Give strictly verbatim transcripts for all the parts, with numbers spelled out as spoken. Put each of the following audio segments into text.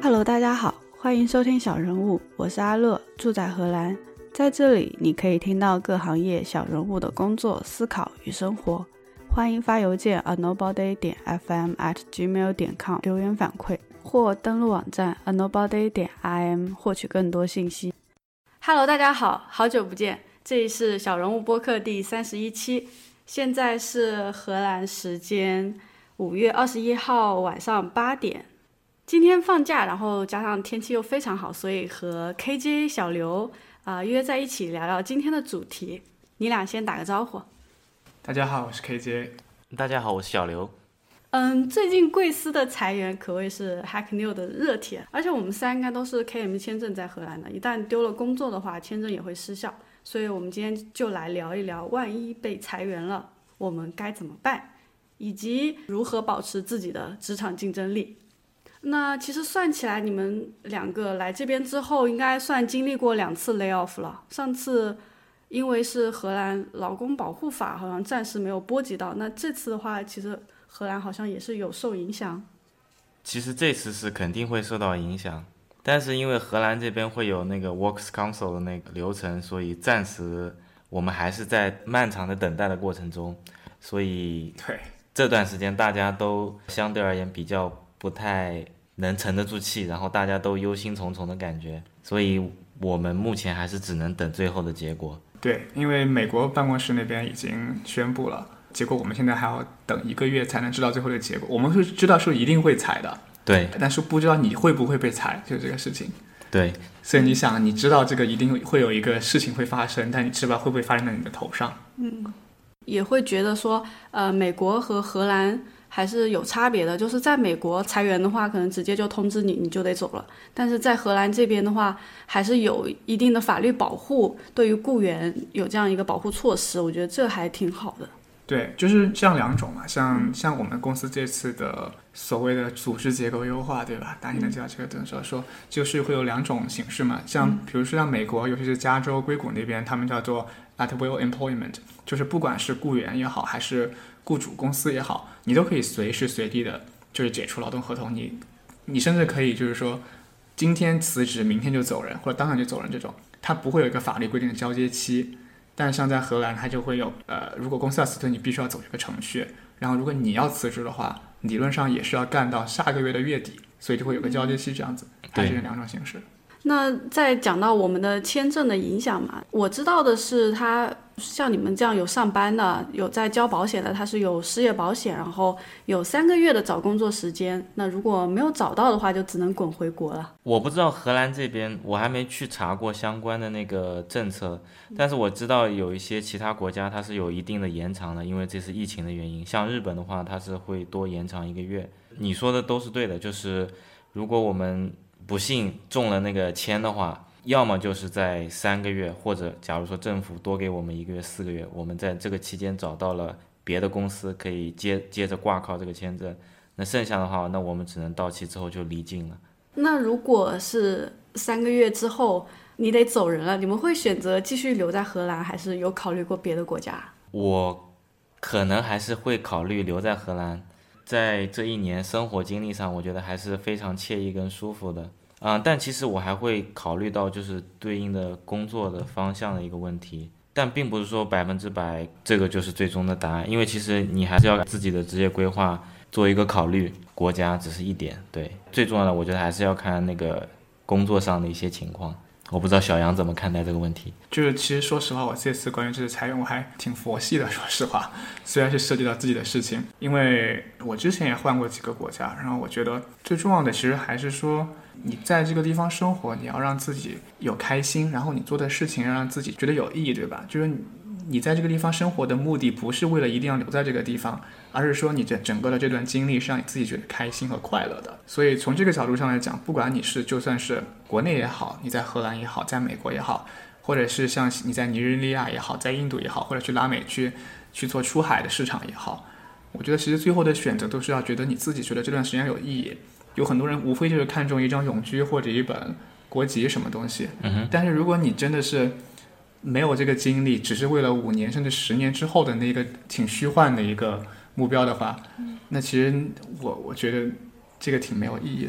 Hello， 大家好，欢迎收听小人物，我是阿乐，住在荷兰。在这里，你可以听到各行业小人物的工作、思考与生活。欢迎发邮件 a nobody 点 f m at gmail 点 com 留言反馈，或登录网站 a nobody 点 i m 获取更多信息。Hello， 大家好，好久不见，这里是小人物播客第三十一期，现在是荷兰时间五月二十一号晚上八点。今天放假，然后加上天气又非常好，所以和 K J 小刘啊、呃、约在一起聊聊今天的主题。你俩先打个招呼。 大家好，我是 K J。 大家好，我是小刘。 嗯，最近贵司的裁员可谓是 Hacknew 的热帖，而且我们三应该都是 K M 签证在荷兰的，一旦丢了工作的话，签证也会失效。所以我们今天就来聊一聊，万一被裁员了，我们该怎么办，以及如何保持自己的职场竞争力。那其实算起来，你们两个来这边之后，应该算经历过两次 lay off 了。上次因为是荷兰劳工保护法，好像暂时没有波及到。那这次的话，其实荷兰好像也是有受影响。 其实这次是肯定会受到影响，但是因为荷兰这边会有那个 Works Council 的那个流程，所以暂时我们还是在漫长的等待的过程中。所以对这段时间大家都相对而言比较不太能沉得住气，然后大家都忧心忡忡的感觉，所以我们目前还是只能等最后的结果。 对，因为美国办公室那边已经宣布了，结果我们现在还要等一个月才能知道最后的结果。我们是知道是一定会裁的， 对， 但是不知道你会不会被裁，就是这个事情。 对， 所以你想，你知道这个一定会有一个事情会发生，但你知道会不会发生在你的头上？ 嗯，也会觉得说，呃，美国和荷兰还是有差别的，就是在美国裁员的话，可能直接就通知你，你就得走了。但是在荷兰这边的话，还是有一定的法律保护，对于雇员有这样一个保护措施，我觉得这还挺好的。 对，就是像两种嘛，像像我们公司这次的所谓的组织结构优化，对吧？大家能知道这个怎么说？说就是会有两种形式嘛，像比如说像美国，尤其是加州硅谷那边，他们叫做 at will employment， 就是不管是雇员也好，还是雇主公司也好，你都可以随时随地的，就是解除劳动合同。你你甚至可以就是说，今天辞职，明天就走人，或者当场就走人，这种它不会有一个法律规定的交接期。但像在荷兰，它就会有呃，如果公司要辞退，你必须要走这个程序。然后如果你要辞职的话，理论上也是要干到下个月的月底，所以就会有个交接期这样子。它是两种形式。那再讲到我们的签证的影响嘛，我知道的是，它像你们这样有上班的，有在交保险的，它是有失业保险，然后有三个月的找工作时间。那如果没有找到的话，就只能滚回国了。 我不知道荷兰这边，我还没去查过相关的那个政策，但是我知道有一些其他国家它是有一定的延长的，因为这是疫情的原因。像日本的话，它是会多延长一个月。你说的都是对的，就是如果我们不幸中了那个签的话，要么就是在三个月，或者假如说政府多给我们一个月四个月，我们在这个期间找到了别的公司可以接接着挂靠这个签证，那剩下的话，那我们只能到期之后就离境了。 那如果是三个月之后你得走人了，你们会选择继续留在荷兰，还是有考虑过别的国家？ 我可能还是会考虑留在荷兰，在这一年生活经历上，我觉得还是非常惬意跟舒服的。嗯，但其实我还会考虑到就是对应的工作的方向的一个问题，但并不是说百分之百这个就是最终的答案，因为其实你还是要自己的职业规划做一个考虑，国家只是一点，对，最重要的我觉得还是要看那个工作上的一些情况。我不知道小杨怎么看待这个问题。 就是其实说实话，我这次关于这次裁员我还挺佛系的，说实话，虽然是涉及到自己的事情，因为我之前也换过几个国家，然后我觉得最重要的其实还是说你在这个地方生活，你要让自己有开心，然后你做的事情要让自己觉得有意义，对吧？就是你你在这个地方生活的目的不是为了一定要留在这个地方，而是说你这整个的这段经历是让你自己觉得开心和快乐的。所以从这个角度上来讲，不管你是就算是国内也好，你在荷兰也好，在美国也好，或者是像你在尼日利亚也好，在印度也好，或者去拉美去去做出海的市场也好，我觉得其实最后的选择都是要觉得你自己觉得这段时间有意义。有很多人无非就是看中一张永居或者一本国籍什么东西， 嗯， 但是如果你真的是没有这个经历，只是为了五年甚至十年之后的那个挺虚幻的一个目标的话，那其实我我觉得这个挺没有意义的。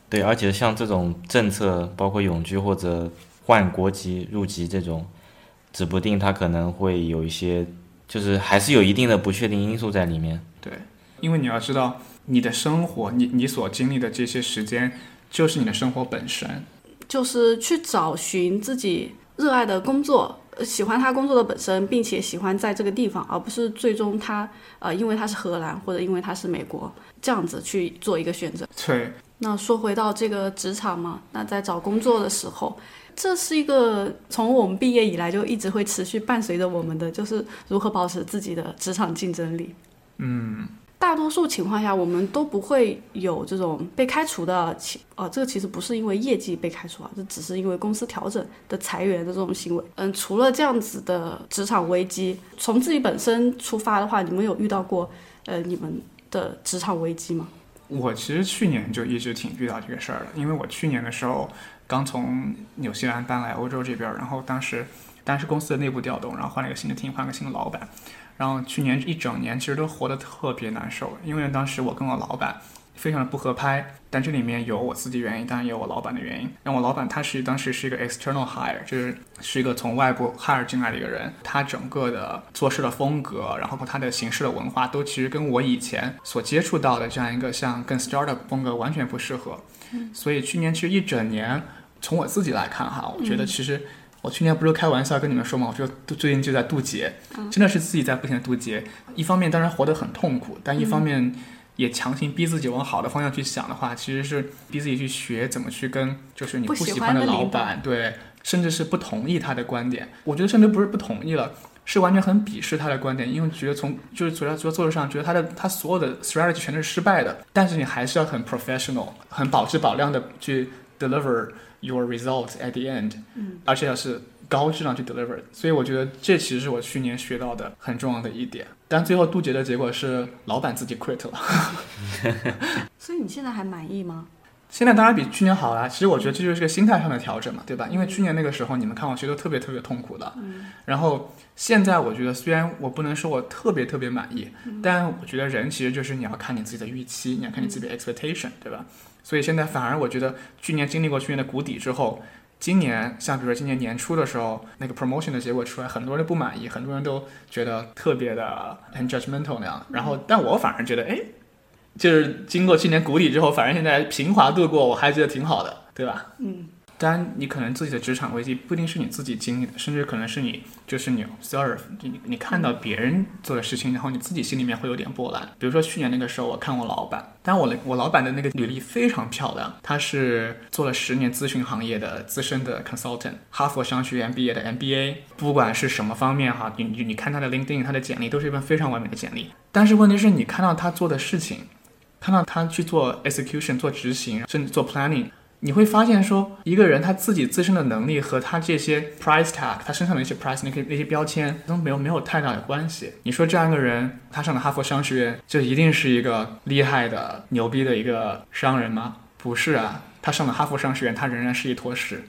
对，而且像这种政策，包括永居或者换国籍入籍这种，指不定它可能会有一些，就是还是有一定的不确定因素在里面。 对，因为你要知道，你的生活，你你所经历的这些时间，就是你的生活本身。 就是去找寻自己热爱的工作，喜欢他工作的本身，并且喜欢在这个地方，而不是最终他呃因为他是荷兰或者因为他是美国这样子去做一个选择。 对。 那说回到这个职场嘛，那在找工作的时候，这是一个从我们毕业以来就一直会持续伴随着我们的，就是如何保持自己的职场竞争力。 嗯。 大多数情况下我们都不会有这种被开除的呃，这个其实不是因为业绩被开除啊，这只是因为公司调整的裁员的这种行为。嗯，除了这样子的职场危机，从自己本身出发的话，你们有遇到过呃你们的职场危机吗？ 我其实去年就一直挺遇到这个事儿的，因为我去年的时候刚从纽西兰搬来欧洲这边，然后当时当时公司的内部调动，然后换了一个新的 team， 换了个新的老板。然后去年一整年其实都活得特别难受，因为当时我跟我老板非常的不合拍，但这里面有我自己原因，当然也有我老板的原因。然后我老板他是当时是一个 external hire， 就是是一个从外部 hire 进来的一个人，他整个的做事的风格，然后他的形式的文化都其实跟我以前所接触到的这样一个像跟 startup 风格完全不适合。所以去年其实一整年从我自己来看哈，我觉得其实我去年不是开玩笑跟你们说嘛，我说最近就在渡劫，真的是自己在不停的渡劫。一方面当然活得很痛苦，但一方面也强行逼自己往好的方向去想的话，其实是逼自己去学怎么去跟就是你不喜欢的老板，对，甚至是不同意他的观点。我觉得甚至不是不同意了，是完全很鄙视他的观点，因为觉得从就是主要主要做上觉得他的他所有的 strategy 全都是失败的，但是你还是要很 professional， 很保质保量的去 deliver your results at the end， 而且要是高质量去 deliver， 所以我觉得这其实是我去年学到的很重要的一点。但最后渡劫的结果是老板自己 quit 了。 所以你现在还满意吗？ 现在当然比去年好了，其实我觉得这就是个心态上的调整嘛，对吧？因为去年那个时候你们看我其实都特别特别痛苦的，然后现在我觉得虽然我不能说我特别特别满意，但我觉得人其实就是你要看你自己的预期，你要看你自己的 expectation， 对吧？所以现在反而我觉得去年经历过去年的谷底之后，今年像比如说今年年初的时候那个 promotion 的结果出来，很多人不满意，很多人都觉得特别的很 judgmental 那样，然后但我反而觉得哎，就是经过去年谷底之后，反正现在平滑度过，我还觉得挺好的，对吧？ 嗯。 当然你可能自己的职场危机不一定是你自己经历的，甚至可能是你就是你 observe 你你看到别人做的事情，然后你自己心里面会有点波澜。比如说去年那个时候我看我老板，但我我老板的那个履历非常漂亮，他是做了十年咨询行业的资深的 consultant， 哈佛商学院毕业的 M B A， 不管是什么方面哈，你你看他的 LinkedIn 他的简历都是一份非常完美的简历。但是问题是你看到他做的事情，看到他去做 execution 做执行甚至做 planning，你会发现说一个人他自己自身的能力和他这些 price tag 他身上的一些 price 那些那些标签都没有没有太大的关系。你说这样一个人他上的哈佛商学院就一定是一个厉害的牛逼的一个商人吗？不是啊，他上了哈佛商学院他仍然是一坨屎。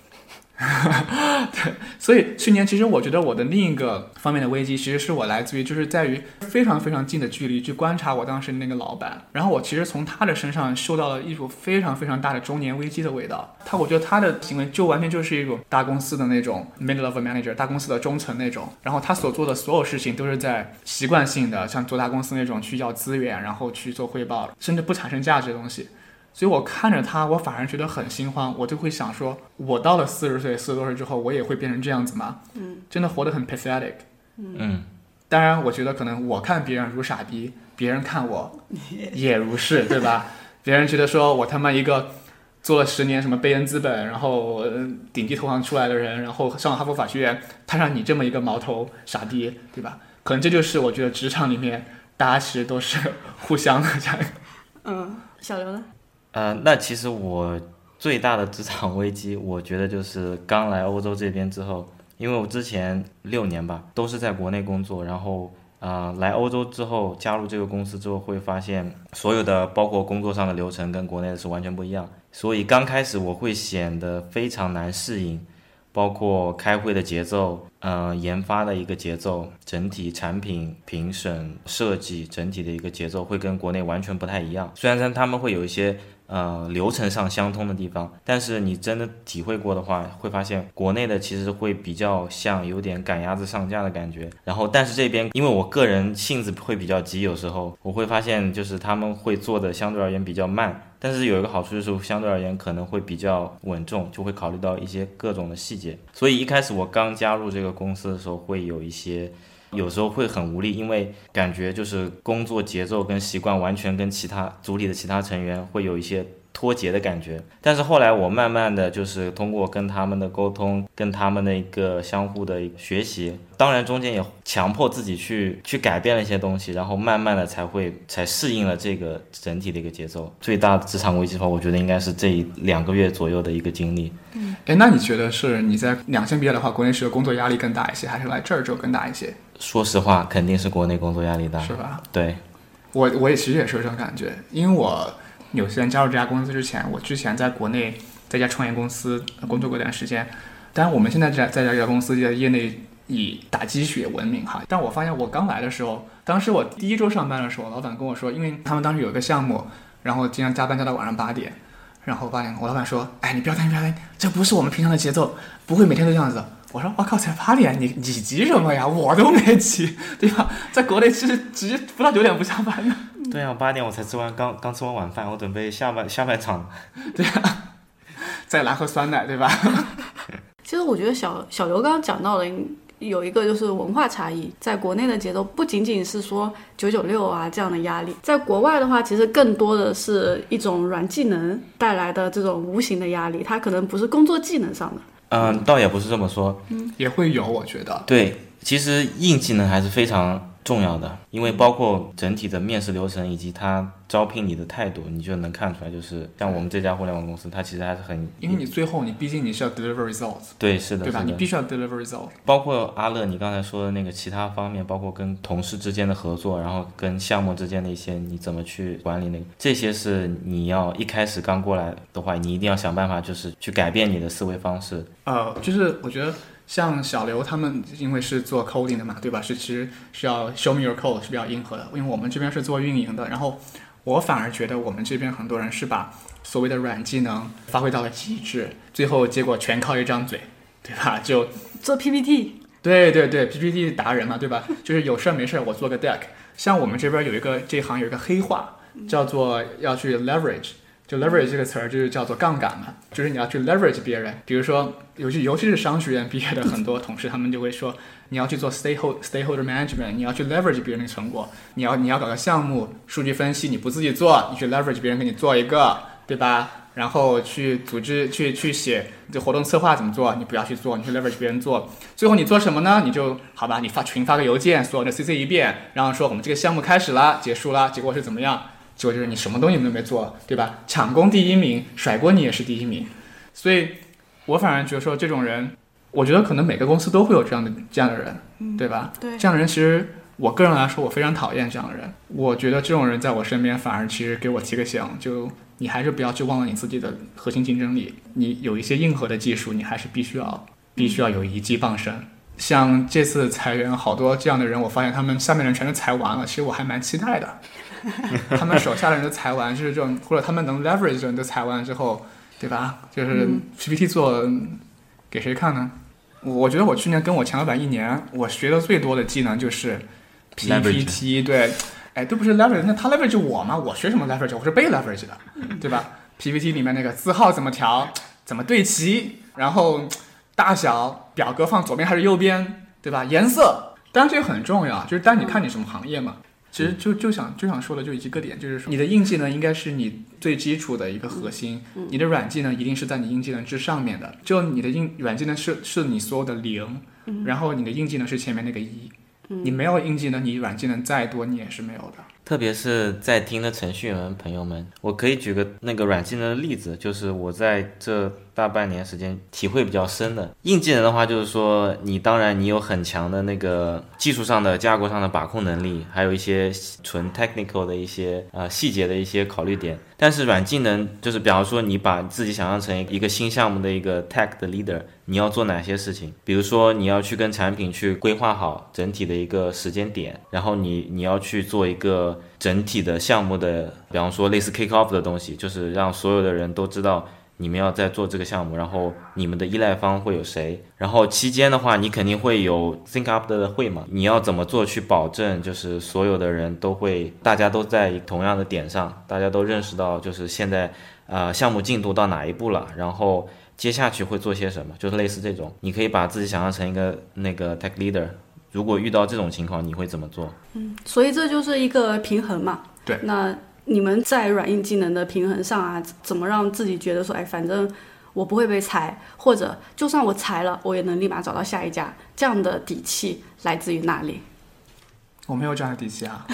对，所以去年其实我觉得我的另一个方面的危机其实是我来自于就是在于非常非常近的距离去观察我当时那个老板，然后我其实从他的身上嗅到了一股非常非常大的中年危机的味道。他我觉得他的行为就完全就是一种大公司的那种 middle level manager， 大公司的中层那种，然后他所做的所有事情都是在习惯性的像做大公司那种去要资源，然后去做汇报，甚至不产生价值的东西。所以我看着他，我反而觉得很心慌，我就会想说，我到了四十岁、四十多岁之后，我也会变成这样子吗？嗯，真的活得很 pathetic。 嗯， 当然，我觉得可能我看别人如傻逼，别人看我也如是，对吧？别人觉得说我他妈一个做了十年什么贝恩资本，然后顶级投行出来的人，然后上了哈佛法学院，摊上你这么一个毛头傻逼，对吧？可能这就是我觉得职场里面大家其实都是互相的这样。 嗯，小刘呢？ 呃，那其实我最大的职场危机，我觉得就是刚来欧洲这边之后，因为我之前六年吧都是在国内工作，然后呃来欧洲之后加入这个公司之后，会发现所有的包括工作上的流程跟国内的是完全不一样，所以刚开始我会显得非常难适应，包括开会的节奏，呃，研发的一个节奏，整体产品评审设计整体的一个节奏会跟国内完全不太一样。虽然他们会有一些呃流程上相通的地方，但是你真的体会过的话，会发现国内的其实会比较像有点赶鸭子上架的感觉。然后但是这边因为我个人性子会比较急，有时候我会发现就是他们会做的相对而言比较慢，但是有一个好处就是相对而言可能会比较稳重，就会考虑到一些各种的细节。所以一开始我刚加入这个公司的时候会有一些有时候会很无力，因为感觉就是工作节奏跟习惯完全跟其他组里的其他成员会有一些脱节的感觉。但是后来我慢慢的就是通过跟他们的沟通，跟他们的一个相互的学习，当然中间也强迫自己去去改变了一些东西，然后慢慢的才会才适应了这个整体的一个节奏。最大的职场危机的话，我觉得应该是这两个月左右的一个经历。 嗯，哎，那你觉得是你在两线毕业的话，国内是工作压力更大一些，还是来这儿就更大一些？ 说实话，肯定是国内工作压力大， 是吧？ 对， 我我也其实也是这种感觉，因为我纽西兰加入这家公司之前，我之前在国内在一家创业公司工作过一段时间，当然我们现在在在这家公司在业内以打鸡血闻名哈。但我发现我刚来的时候，当时我第一周上班的时候，老板跟我说，因为他们当时有一个项目，然后经常加班加到晚上八点，然后发现我老板说，哎，你不要担心，不要担心，这不是我们平常的节奏，不会每天都这样子。我说我靠，才八点，你你急什么呀？我都没急，对吧？在国内其实直接不到九点不下班的。 对啊，八点我才吃完，刚刚吃完晚饭，我准备下班下半场。 对啊，再来盒酸奶，对吧？ 其实我觉得小小刘刚刚讲到的有一个就是文化差异，在国内的节奏不仅仅是说九九六啊这样的压力，在国外的话，其实更多的是一种软技能带来的这种无形的压力，它可能不是工作技能上的。 嗯，倒也不是这么说， 嗯，也会有，我觉得。 对，其实硬技能还是非常重要的，因为包括整体的面试流程以及他招聘你的态度，你就能看出来，就是像我们这家互联网公司，它其实还是很， 因为你最后你毕竟你是要 deliver results， 对，是的， 对吧？ 是的， 你必须要 deliver results。 包括阿乐你刚才说的那个其他方面，包括跟同事之间的合作，然后跟项目之间的一些你怎么去管理那个，这些是你要一开始刚过来的话，你一定要想办法，就是去改变你的思维方式。 呃，就是我觉得像小刘他们因为是做 coding 的嘛，对吧？是其实是要 show me your code 是比较硬核的，因为我们这边是做运营的，然后我反而觉得我们这边很多人是把所谓的软技能发挥到了极致，最后结果全靠一张嘴，对吧？就做 P P T， 对对对 ，P P T 达人嘛，对吧？就是有事没事我做个 deck。像我们这边有一个这一行有一个黑话，叫做要去 leverage。就 leverage 这个词儿就是叫做杠杆嘛，就是你要去 leverage 别人。比如说，尤其尤其是商学院毕业的很多同事，他们就会说，你要去做 stakeholder stakeholder management， 你要去 leverage 别人的成果，你要你要搞个项目数据分析，你不自己做，你去 leverage 别人给你做一个，对吧？然后去组织去去写这活动策划怎么做，你不要去做，你去 leverage 别人做。最后你做什么呢？你就好吧，你发群发个邮件，所有的 C C 一遍，然后说我们这个项目开始了，结束了，结果是怎么样？结果就是你什么东西都没做，对吧？抢攻第一名，甩锅你也是第一名。所以我反而觉得说这种人，我觉得可能每个公司都会有这样的这样的人，对吧？ 对， 这样的人其实我个人来说我非常讨厌这样的人。我觉得这种人在我身边反而其实给我提个醒，就你还是不要去忘了你自己的核心竞争力。你有一些硬核的技术，你还是必须要必须要有一技傍身。像这次裁员好多这样的人，我发现他们下面的人全都裁完了，其实我还蛮期待的。他们手下的人都裁完，就是这种，或者他们能 leverage 的人都裁完之后，对吧？就是 P P T 做给谁看呢？我觉得我去年跟我前老板一年，我学的最多的技能就是 P P T， 对，哎，都不是 leverage， 那他 leverage 我吗？我学什么 leverage？ 我是被 leverage 的，对吧 ？P P T 里面那个字号怎么调，怎么对齐，然后大小，表格放左边还是右边，对吧？颜色，当然这个很重要，就是当你看你什么行业嘛。其实就就想就想说的就一个点，就是说你的硬技能应该是你最基础的一个核心，你的软技能一定是在你硬技能之上面的。就你的硬软技能是是你所有的零，然后你的硬技能是前面那个一。你没有硬技能，你软技能再多你也是没有的。 特别是在听的程序员朋友们，我可以举个那个软技能的例子，就是我在这大半年时间体会比较深的。硬技能的话就是说你当然你有很强的那个技术上的架构上的把控能力，还有一些纯 technical 的一些呃细节的一些考虑点，但是软技能就是比方说你把自己想象成一个新项目的一个 tech 的 leader， 你要做哪些事情，比如说你要去跟产品去规划好整体的一个时间点，然后你你要去做一个整体的项目的比方说类似 kick off 的东西，就是让所有的人都知道你们要在做这个项目，然后你们的依赖方会有谁，然后期间的话你肯定会有 think up 的会嘛，你要怎么做去保证就是所有的人都会大家都在同样的点上，大家都认识到就是现在呃项目进度到哪一步了，然后接下去会做些什么，就是类似这种，你可以把自己想象成一个那个 tech leader， 如果遇到这种情况你会怎么做？ 嗯，所以这就是一个平衡嘛。 对， 那你们在软硬技能的平衡上啊，怎么让自己觉得说，哎，反正我不会被裁，或者就算我裁了，我也能立马找到下一家，这样的底气来自于哪里？ 我没有这样的底气啊。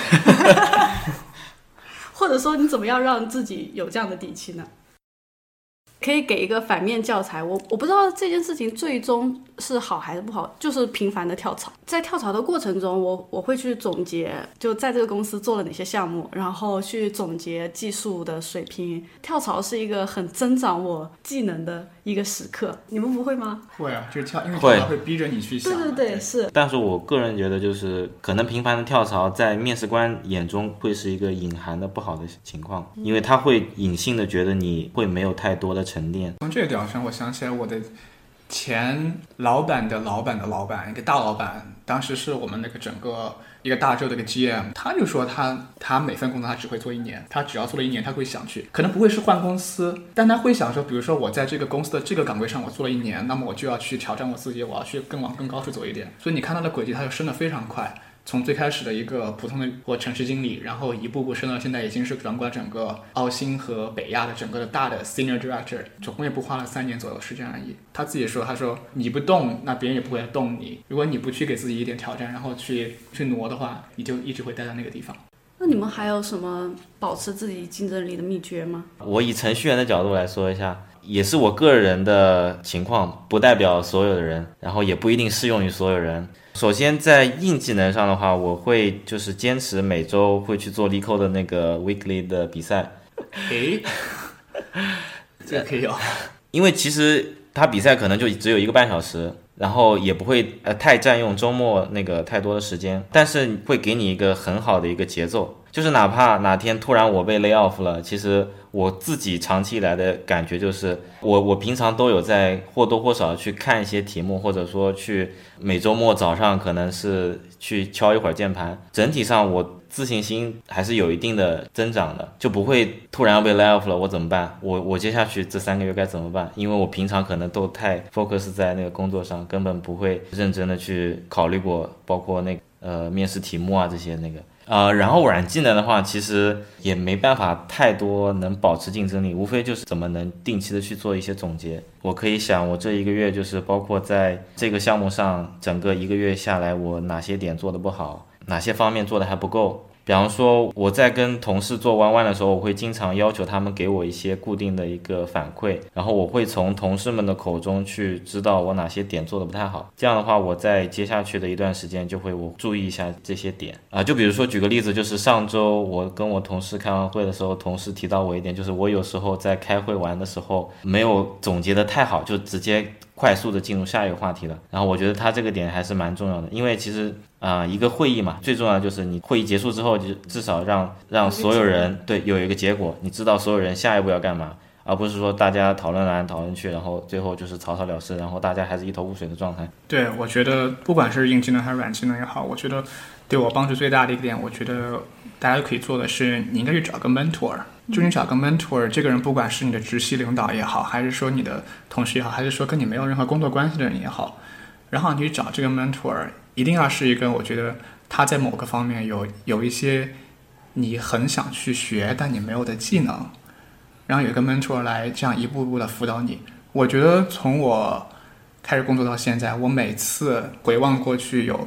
或者说你怎么样让自己有这样的底气呢？可以给一个反面教材，我我不知道这件事情最终是好还是不好，就是频繁的跳槽。在跳槽的过程中，我我会去总结，就在这个公司做了哪些项目，然后去总结技术的水平。跳槽是一个很增长我技能的一个时刻，你们不会吗？ 会啊，就是跳，因为跳槽会逼着你去想。 对对对，是。 但是我个人觉得，就是可能频繁的跳槽，在面试官眼中会是一个隐含的不好的情况，因为他会隐性的觉得你会没有太多的沉淀。 从这个点上，我想起来我的前老板的老板的老板，一个大老板，当时是我们那个整个一个大洲的一个 G M， 他就说他他每份工作他只会做一年，他只要做了一年他会想去，可能不会是换公司，但他会想说，比如说我在这个公司的这个岗位上我做了一年，那么我就要去挑战我自己，我要去更往更高处走一点。所以你看他的轨迹，他就升得非常快，从最开始的一个普通的或城市经理，然后一步步升到现在已经是掌管整个澳新和北亚的整个的大的 senior director， 总共也不花了三年左右时间而已。他自己说，他说你不动，那别人也不会来动你。如果你不去给自己一点挑战，然后去去挪的话，你就一直会待在那个地方。 那你们还有什么保持自己竞争力的秘诀吗？ 我以程序员的角度来说一下，也是我个人的情况，不代表所有的人，然后也不一定适用于所有人。首先在硬技能上的话，我会就是坚持每周会去做 LeetCode 的那个 weekly 的比赛。 诶，这个可以哦。 因为其实他比赛可能就只有一个半小时，然后也不会呃太占用周末那个太多的时间，但是会给你一个很好的一个节奏，就是哪怕哪天突然我被 lay off 了，其实我自己长期以来的感觉就是我我平常都有在或多或少去看一些题目，或者说去每周末早上可能是去敲一会儿键盘，整体上我自信心还是有一定的增长的，就不会突然要被 lay off 了，我怎么办？我我接下去这三个月该怎么办？因为我平常可能都太 focus 在那个工作上，根本不会认真的去考虑过，包括那个呃面试题目啊这些那个。呃，然后软技能的话，其实也没办法太多能保持竞争力，无非就是怎么能定期的去做一些总结。我可以想，我这一个月就是包括在这个项目上，整个一个月下来，我哪些点做的不好，哪些方面做的还不够。比方说我在跟同事做弯弯的时候，我会经常要求他们给我一些固定的一个反馈，然后我会从同事们的口中去知道我哪些点做的不太好，这样的话我在接下去的一段时间就会我注意一下这些点啊。就比如说举个例子，就是上周我跟我同事开完会的时候，同事提到我一点，就是我有时候在开会完的时候没有总结的太好，就直接快速的进入下一个话题了，然后我觉得他这个点还是蛮重要的，因为其实啊、呃，一个会议嘛，最重要的就是你会议结束之后，就至少让让所有人对有一个结果，你知道所有人下一步要干嘛，而不是说大家讨论来讨论去，然后最后就是草草了事，然后大家还是一头雾水的状态。 对，我觉得不管是硬技能还是软技能也好，我觉得对我帮助最大的一个点，我觉得大家都可以做的是，你应该去找个 mentor。就你找个 mentor， 这个人不管是你的直系领导也好，还是说你的同事也好，还是说跟你没有任何工作关系的人也好，然后你去找这个 mentor， 一定要是一个我觉得他在某个方面有有一些你很想去学但你没有的技能，然后有一个 mentor 来这样一步步的辅导你。我觉得从我开始工作到现在，我每次回望过去有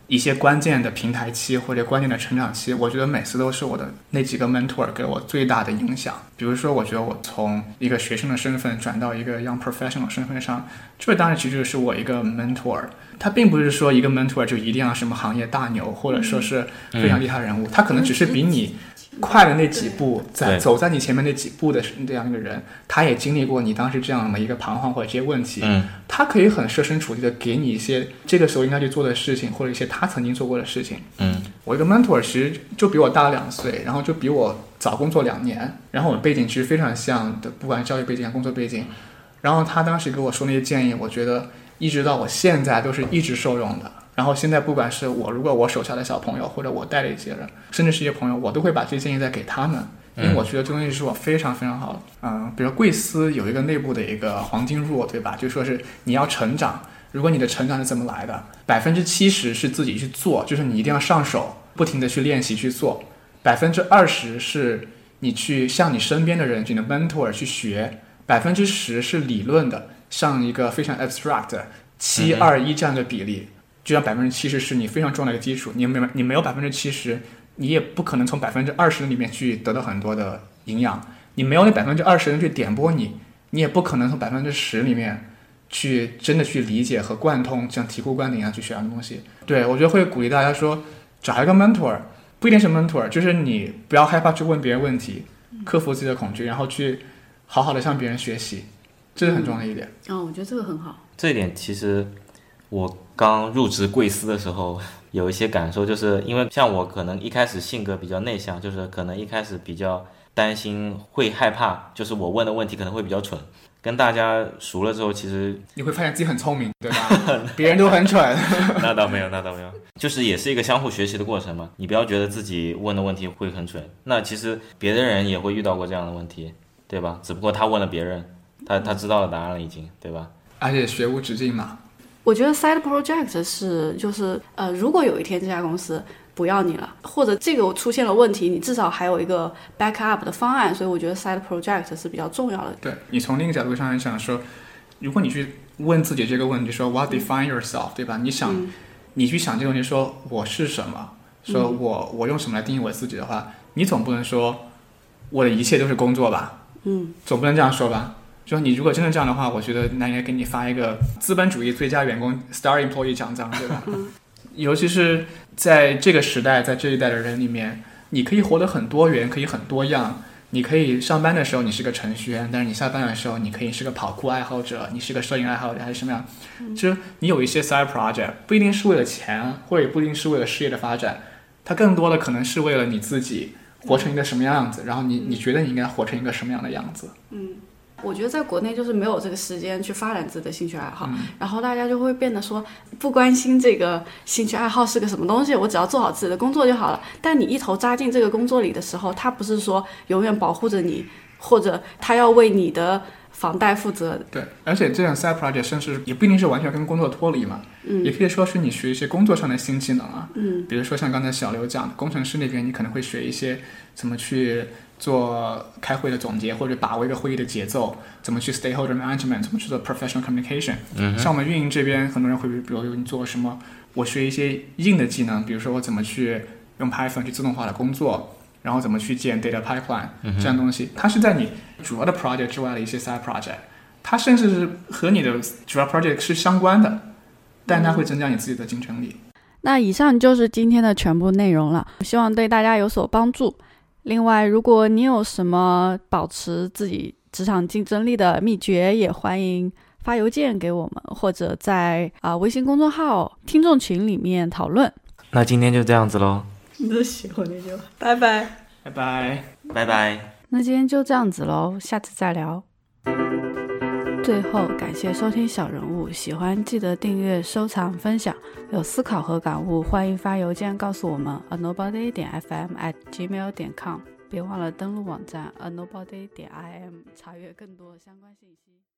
一些关键的平台期或者关键的成长期，我觉得每次都是我的那几个 mentor 给我最大的影响。比如说我觉得我从一个学生的身份转到一个 young professional 身份上，这当然其实是我一个 mentor， 他并不是说一个 mentor 就一定要什么行业大牛或者说是非常厉害的人物，他可能只是比你快了那几步，在走在你前面那几步的这样一个人，他也经历过你当时这样的一个彷徨或者这些问题， 嗯， 他可以很设身处地的给你一些这个时候应该去做的事情，或者一些他曾经做过的事情。 嗯， 我一个 mentor 其实就比我大两岁，然后就比我早工作两年，然后我背景其实非常像的，不管教育背景还是工作背景。然后他当时给我说那些建议，我觉得一直到我现在都是一直受用的。然后现在不管是我，如果我手下的小朋友，或者我带的一些人，甚至是一些朋友，我都会把这些建议再给他们，因为我觉得这东西是我非常非常好的。嗯，比如贵司有一个内部的一个黄金 rule， 对吧？就说是你要成长，如果你的成长是怎么来的，百分之七十是自己去做，就是你一定要上手，不停的去练习去做；百分之二十是你去向你身边的人，你的 mentor 去学；百分之十是理论的，上一个非常 abstract 七二一这样的比例。就像百分之七十是你非常重要的一个基础，你没你没有百分之七十，你也不可能从百分之二十里面去得到很多的营养。你没有那百分之二十人去点拨你，你也不可能从百分之十里面去真的去理解和贯通像醍醐灌顶一样去学的东西。对，我觉得会鼓励大家说，找一个 mentor， 不一定是 mentor， 就是你不要害怕去问别人问题，克服自己的恐惧，然后去好好的向别人学习，这是很重要的一点。 嗯、哦，我觉得这个很好。 这一点其实我刚入职贵司的时候有一些感受，就是因为像我可能一开始性格比较内向，就是可能一开始比较担心会害怕，就是我问的问题可能会比较蠢，跟大家熟了之后，其实你会发现自己很聪明，对吧？别人都很蠢。 那倒没有，那倒没有，就是也是一个相互学习的过程嘛。你不要觉得自己问的问题会很蠢，那其实别的人也会遇到过这样的问题，对吧？只不过他问了别人，他他知道了答案了已经，对吧？ 而且学无止境嘛。 我觉得 side project 是就是呃，如果有一天这家公司不要你了，或者这个出现了问题，你至少还有一个 backup 的方案，所以我觉得 side project 是比较重要的。 对，你从另一个角度上来讲说，如果你去问自己这个问题，说 what define yourself， 对吧？你想、嗯、你去想这个问题，说我是什么，说我、嗯、我用什么来定义我自己的话，你总不能说我的一切都是工作吧，嗯，总不能这样说吧。就你如果真的这样的话，我觉得那应该给你发一个资本主义最佳员工 Star Employee 奖章，对吧？嗯、尤其是在这个时代，在这一代的人里面，你可以活得很多元，可以很多样。你可以上班的时候你是个程序员，但是你下班的时候你可以是个跑酷爱好者，你是个摄影爱好者，还是什么样？嗯、就是你有一些 side project， 不一定是为了钱，或者也不一定是为了事业的发展，它更多的可能是为了你自己活成一个什么样子，然后你你觉得你应该活成一个什么样的样子。 嗯。我觉得在国内就是没有这个时间去发展自己的兴趣爱好、嗯、然后大家就会变得说不关心这个兴趣爱好是个什么东西，我只要做好自己的工作就好了。但你一头扎进这个工作里的时候，他不是说永远保护着你，或者他要为你的房贷负责。 对，而且这样 side project 甚至也不一定是完全跟工作脱离嘛，嗯，也可以说是你学一些工作上的新技能啊，嗯，比如说像刚才小刘讲的，工程师那边你可能会学一些怎么去做开会的总结，或者把握一个会议的节奏，怎么去 stakeholder management， 怎么去做 professional communication、嗯、像我们运营这边很多人会比如你做什么，我学一些硬的技能，比如说我怎么去用 Python 去自动化的工作，然后怎么去建 data pipeline、嗯、这样东西，它是在你主要的 project 之外的一些 side project， 它甚至是和你的主要 project 是相关的，但它会增加你自己的竞争力。 那以上就是今天的全部内容了，希望对大家有所帮助。另外，如果你有什么保持自己职场竞争力的秘诀，也欢迎发邮件给我们，或者在、呃、微信公众号听众群里面讨论。 那今天就这样子咯。 你都喜欢那句话，拜拜拜拜拜拜。 那今天就这样子咯，下次再聊。最后感谢收听小人物，喜欢记得订阅收藏分享，有思考和感悟欢迎发邮件告诉我们 a nobody 点 f m at gmail 点 com， 别忘了登录网站 a nobody 点 i m 查阅更多相关信息。